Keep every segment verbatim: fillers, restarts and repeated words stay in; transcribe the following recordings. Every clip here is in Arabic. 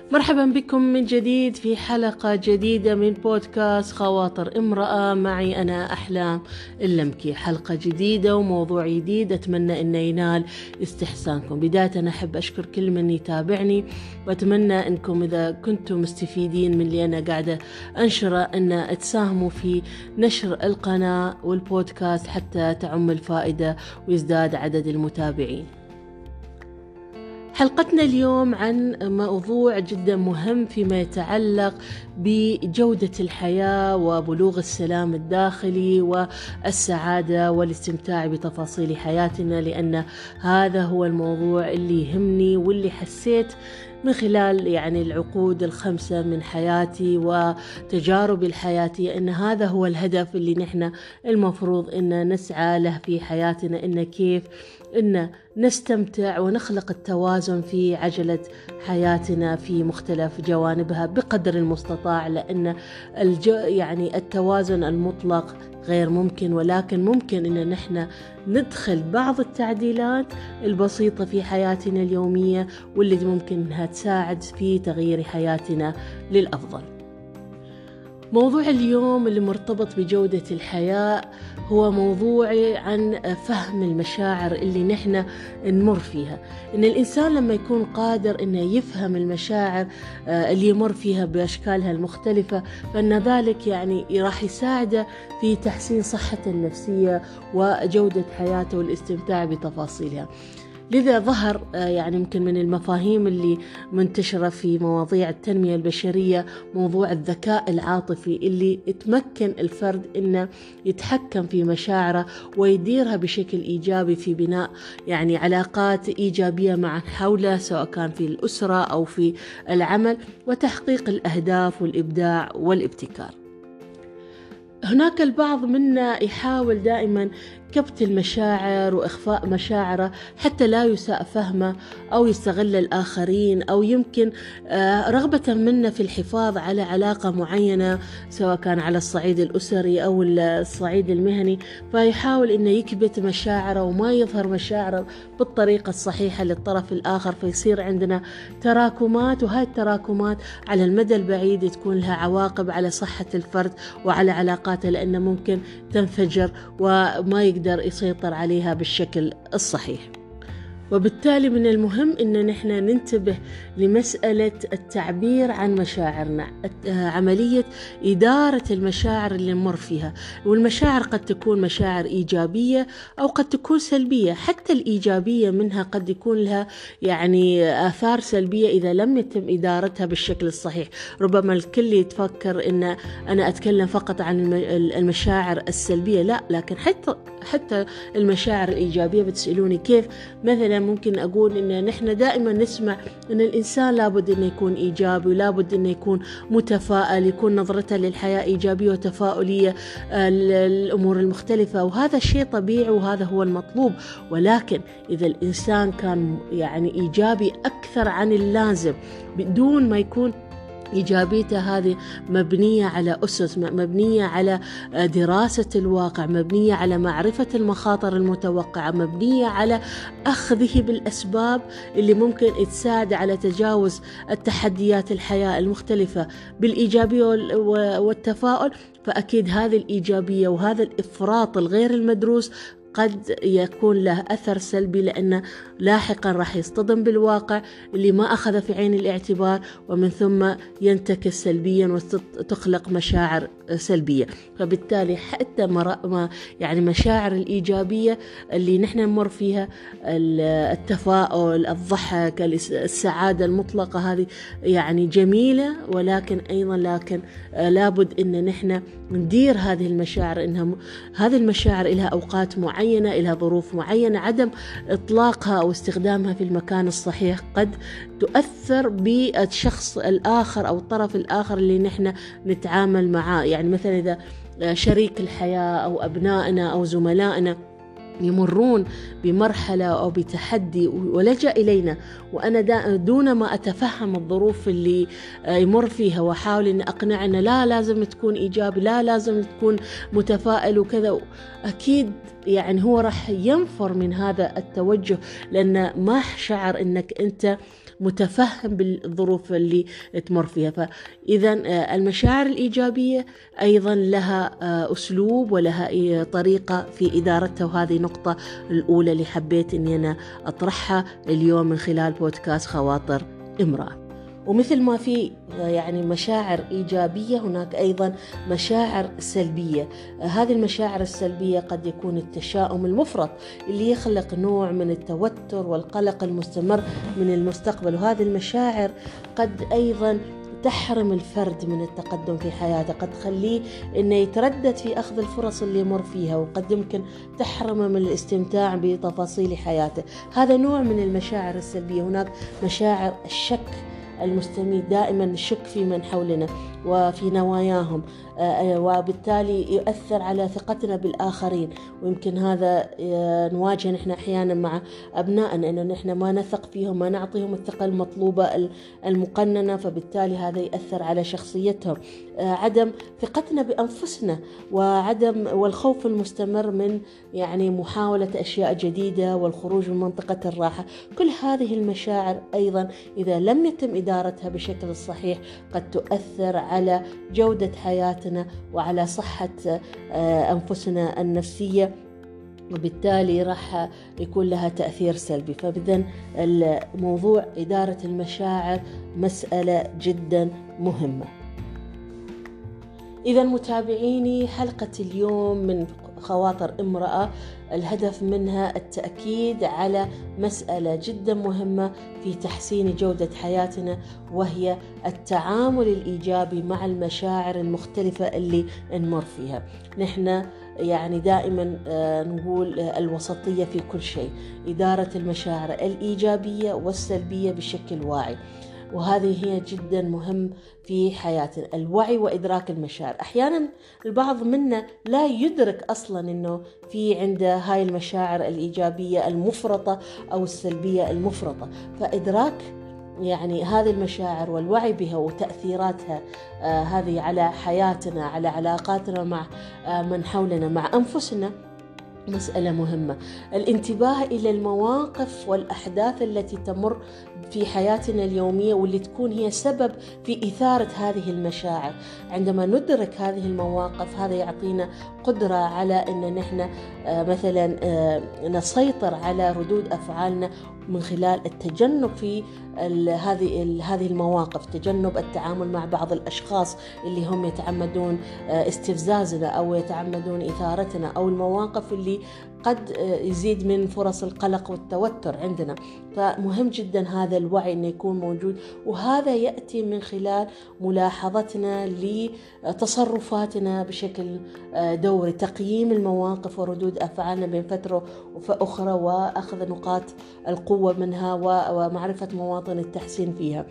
مرحبا بكم من جديد في حلقة جديدة من بودكاست خواطر امرأة. معي أنا أحلام اللمكي. حلقة جديدة وموضوع جديد أتمنى أنه ينال استحسانكم. بداية أنا أحب أشكر كل من يتابعني، وأتمنى أنكم إذا كنتم مستفيدين من اللي أنا قاعدة أنشره أن تساهموا في نشر القناة والبودكاست حتى تعم الفائدة ويزداد عدد المتابعين. حلقتنا اليوم عن موضوع جدا مهم فيما يتعلق بجودة الحياة وبلوغ السلام الداخلي والسعادة والاستمتاع بتفاصيل حياتنا، لأن هذا هو الموضوع اللي يهمني واللي حسيت من خلال يعني العقود الخمسة من حياتي وتجاربي الحياتية أن هذا هو الهدف اللي نحن المفروض أن نسعى له في حياتنا، إن كيف أن نستمتع ونخلق التوازن في عجلة حياتنا في مختلف جوانبها بقدر المستطاع، لأن الج... يعني التوازن المطلق غير ممكن، ولكن ممكن أن نحن ندخل بعض التعديلات البسيطة في حياتنا اليومية واللي ممكن أنها تساعد في تغيير حياتنا للأفضل. موضوع اليوم اللي مرتبط بجودة الحياة هو موضوع عن فهم المشاعر اللي نحن نمر فيها. إن الإنسان لما يكون قادر إنه يفهم المشاعر اللي يمر فيها بأشكالها المختلفة، فإن ذلك يعني راح يساعده في تحسين صحته النفسية وجودة حياته والاستمتاع بتفاصيلها. لذا ظهر يعني يمكن من المفاهيم اللي منتشرة في مواضيع التنمية البشرية موضوع الذكاء العاطفي، اللي يتمكن الفرد إنه يتحكم في مشاعره ويديرها بشكل إيجابي في بناء يعني علاقات إيجابية مع حوله، سواء كان في الأسرة أو في العمل، وتحقيق الأهداف والإبداع والابتكار. هناك البعض منا يحاول دائما كبت المشاعر وإخفاء مشاعره حتى لا يساء فهمه أو يستغل الآخرين، أو يمكن رغبة منا في الحفاظ على علاقة معينة سواء كان على الصعيد الأسري أو الصعيد المهني، فيحاول إنه يكبت مشاعره وما يظهر مشاعره بالطريقة الصحيحة للطرف الآخر، فيصير عندنا تراكمات، وهاي التراكمات على المدى البعيد تكون لها عواقب على صحة الفرد وعلى علاقاته، لأنه ممكن تنفجر وما يقدر يسيطر عليها بالشكل الصحيح. وبالتالي من المهم إن نحن ننتبه لمسألة التعبير عن مشاعرنا، عملية إدارة المشاعر اللي نمر فيها. والمشاعر قد تكون مشاعر إيجابية أو قد تكون سلبية، حتى الإيجابية منها قد يكون لها يعني آثار سلبية إذا لم يتم إدارتها بالشكل الصحيح. ربما الكل يتفكر إن أنا أتكلم فقط عن المشاعر السلبية، لا، لكن حتى حتى المشاعر الإيجابية. بتسألوني كيف؟ مثلا ممكن أقول إن نحن دائما نسمع إن الإنسان لابد إنه يكون إيجابي، ولابد إنه يكون متفائل، يكون نظرته للحياة إيجابية وتفاؤلية الأمور المختلفة، وهذا الشيء طبيعي وهذا هو المطلوب. ولكن إذا الإنسان كان يعني إيجابي أكثر عن اللازم بدون ما يكون إيجابيته هذه مبنية على أسس، مبنية على دراسة الواقع، مبنية على معرفة المخاطر المتوقعة، مبنية على أخذه بالأسباب اللي ممكن تساعد على تجاوز التحديات الحياة المختلفة بالإيجابية والتفاؤل، فأكيد هذه الإيجابية وهذا الإفراط الغير المدروس قد يكون له أثر سلبي، لأنه لاحقا راح يصطدم بالواقع اللي ما أخذ في عين الاعتبار، ومن ثم ينتكس سلبيا وتخلق مشاعر سلبية. فبالتالي حتى ما يعني مشاعر الإيجابية اللي نحن نمر فيها، التفاؤل، الضحك، السعادة المطلقة، هذه يعني جميلة، ولكن أيضا لكن لابد إن نحن ندير هذه المشاعر، إنها هذه المشاعر إلها أوقات معينة، إلها ظروف معينة. عدم إطلاقها أو استخدامها في المكان الصحيح قد تؤثر بالشخص الآخر أو الطرف الآخر اللي نحن نتعامل معه. يعني مثلا إذا شريك الحياة أو أبنائنا أو زملائنا يمرون بمرحلة أو بتحدي ولجأ إلينا، وأنا دون ما أتفهم الظروف اللي يمر فيها وأحاول أن أقنع أن لا لازم تكون إيجابي، لا لازم تكون متفائل وكذا، أكيد يعني هو راح ينفر من هذا التوجه، لأن ما شعر أنك أنت متفهم بالظروف اللي تمر فيها. فإذا المشاعر الإيجابية أيضا لها أسلوب ولها طريقة في إدارتها، وهذه النقطة الأولى اللي حبيت أني أنا أطرحها اليوم من خلال بودكاست خواطر امرأة. ومثل ما في يعني مشاعر إيجابية، هناك أيضا مشاعر سلبية. هذه المشاعر السلبية قد يكون التشاؤم المفرط اللي يخلق نوع من التوتر والقلق المستمر من المستقبل، وهذه المشاعر قد أيضا تحرم الفرد من التقدم في حياته، قد تخليه إنه يتردد في أخذ الفرص اللي يمر فيها، وقد يمكن تحرمه من الاستمتاع بتفاصيل حياته. هذا نوع من المشاعر السلبية. هناك مشاعر الشك المستمر، دائما نشك في من حولنا وفي نواياهم، وبالتالي يؤثر على ثقتنا بالآخرين. ويمكن هذا نواجه نحن أحيانا مع أبنائنا، أنه نحن ما نثق فيهم، ما نعطيهم الثقة المطلوبة المقننة، فبالتالي هذا يؤثر على شخصيتهم. عدم ثقتنا بأنفسنا وعدم والخوف المستمر من يعني محاولة أشياء جديدة والخروج من منطقة الراحة. كل هذه المشاعر أيضا إذا لم يتم إدارتها بشكل صحيح قد تؤثر على جودة حياتنا وعلى صحة أنفسنا النفسية، وبالتالي راح يكون لها تأثير سلبي. فبذن الموضوع إدارة المشاعر مسألة جدا مهمة. إذا متابعيني، حلقة اليوم من خواطر امرأة الهدف منها التأكيد على مسألة جدا مهمة في تحسين جودة حياتنا، وهي التعامل الإيجابي مع المشاعر المختلفة اللي نمر فيها. نحن يعني دائما نقول الوسطية في كل شيء، إدارة المشاعر الإيجابية والسلبية بشكل واعي، وهذه هي جدا مهم في حياتنا، الوعي وإدراك المشاعر. أحيانا البعض منا لا يدرك أصلا أنه في عنده هاي المشاعر الإيجابية المفرطة أو السلبية المفرطة. فإدراك يعني هذه المشاعر والوعي بها وتأثيراتها آه هذه على حياتنا، على علاقاتنا مع آه من حولنا، مع أنفسنا، مسألة مهمة. الانتباه إلى المواقف والأحداث التي تمر في حياتنا اليومية واللي تكون هي سبب في إثارة هذه المشاعر. عندما ندرك هذه المواقف هذا يعطينا قدرة على أن نحن مثلا نسيطر على ردود أفعالنا من خلال التجنب في هذه هذه المواقف، تجنب التعامل مع بعض الأشخاص اللي هم يتعمدون استفزازنا أو يتعمدون إثارتنا، أو المواقف اللي قد يزيد من فرص القلق والتوتر عندنا. فمهم جدا هذا الوعي أن يكون موجود، وهذا يأتي من خلال ملاحظتنا لتصرفاتنا بشكل دوري، تقييم المواقف وردود أفعالنا بين فترة وأخرى، وأخذ نقاط القوة منها ومعرفة مواطن التحسين فيها.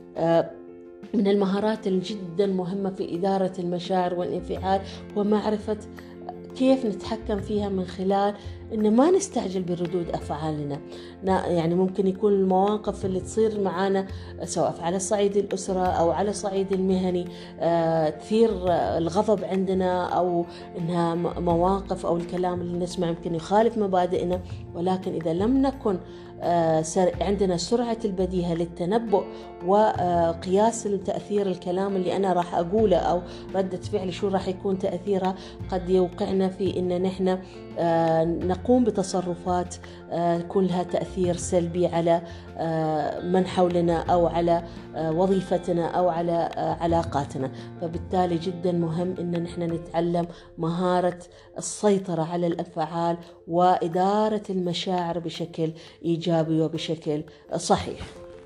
من المهارات الجدا مهمة في إدارة المشاعر والانفعال ومعرفة كيف نتحكم فيها من خلال إن ما نستعجل بردود أفعالنا. يعني ممكن يكون المواقف اللي تصير معنا سواء على صعيد الأسرة أو على صعيد المهني تثير الغضب عندنا، أو إنها مواقف أو الكلام اللي نسمع يمكن يخالف مبادئنا، ولكن إذا لم نكن عندنا سرعة البديهة للتنبؤ وقياس تأثير الكلام اللي أنا راح أقوله أو ردة فعلي شو راح يكون تأثيرها، قد يوقعنا في إن نحن نقوم بتصرفات يكون لها تأثير سلبي على من حولنا أو على وظيفتنا أو على علاقاتنا. فبالتالي جدا مهم إن نحن نتعلم مهارة السيطرة على الأفعال وإدارة المشاعر بشكل إيجابي وبشكل صحيح.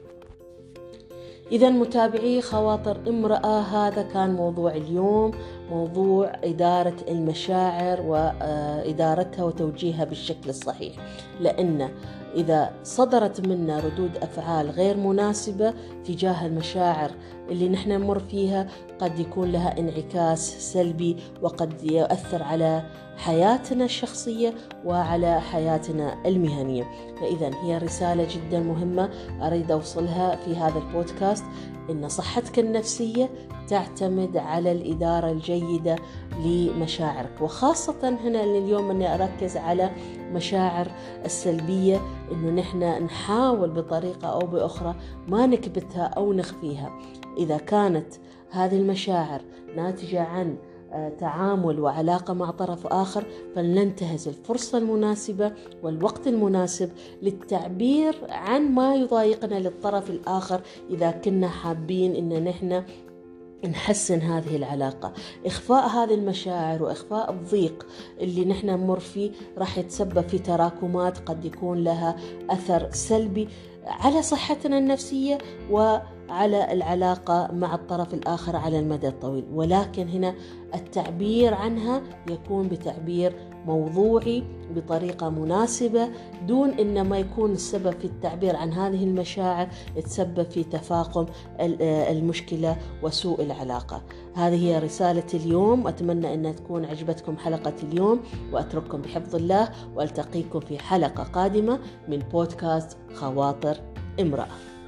إذا متابعي خواطر امرأة، هذا كان موضوع اليوم، موضوع إدارة المشاعر وإدارتها وتوجيهها بالشكل الصحيح. لأن إذا صدرت منا ردود أفعال غير مناسبة تجاه المشاعر اللي نحن نمر فيها قد يكون لها انعكاس سلبي، وقد يؤثر على حياتنا الشخصية وعلى حياتنا المهنية. فإذا هي رسالة جدا مهمة أريد أوصلها في هذا البودكاست، إن صحتك النفسية تعتمد على الإدارة الجيدة لمشاعرك، وخاصة هنا اليوم أني أركز على المشاعر السلبية إنه نحن نحاول بطريقة أو بأخرى ما نكبتها أو نخفيها. إذا كانت هذه المشاعر ناتجة عن تعامل وعلاقة مع طرف آخر، فلننتهز الفرصة المناسبة والوقت المناسب للتعبير عن ما يضايقنا للطرف الآخر إذا كنا حابين إن نحن نحسن هذه العلاقة. إخفاء هذه المشاعر وإخفاء الضيق اللي نحن نمر فيه راح يتسبب في تراكمات قد يكون لها أثر سلبي على صحتنا النفسية وعلى العلاقة مع الطرف الآخر على المدى الطويل. ولكن هنا التعبير عنها يكون بتعبير موضوعي بطريقة مناسبة، دون إن ما يكون السبب في التعبير عن هذه المشاعر يتسبب في تفاقم المشكلة وسوء العلاقة. هذه هي رسالة اليوم، أتمنى أن تكون عجبتكم حلقة اليوم، وأترككم بحفظ الله، وألتقيكم في حلقة قادمة من بودكاست خواطر امرأة.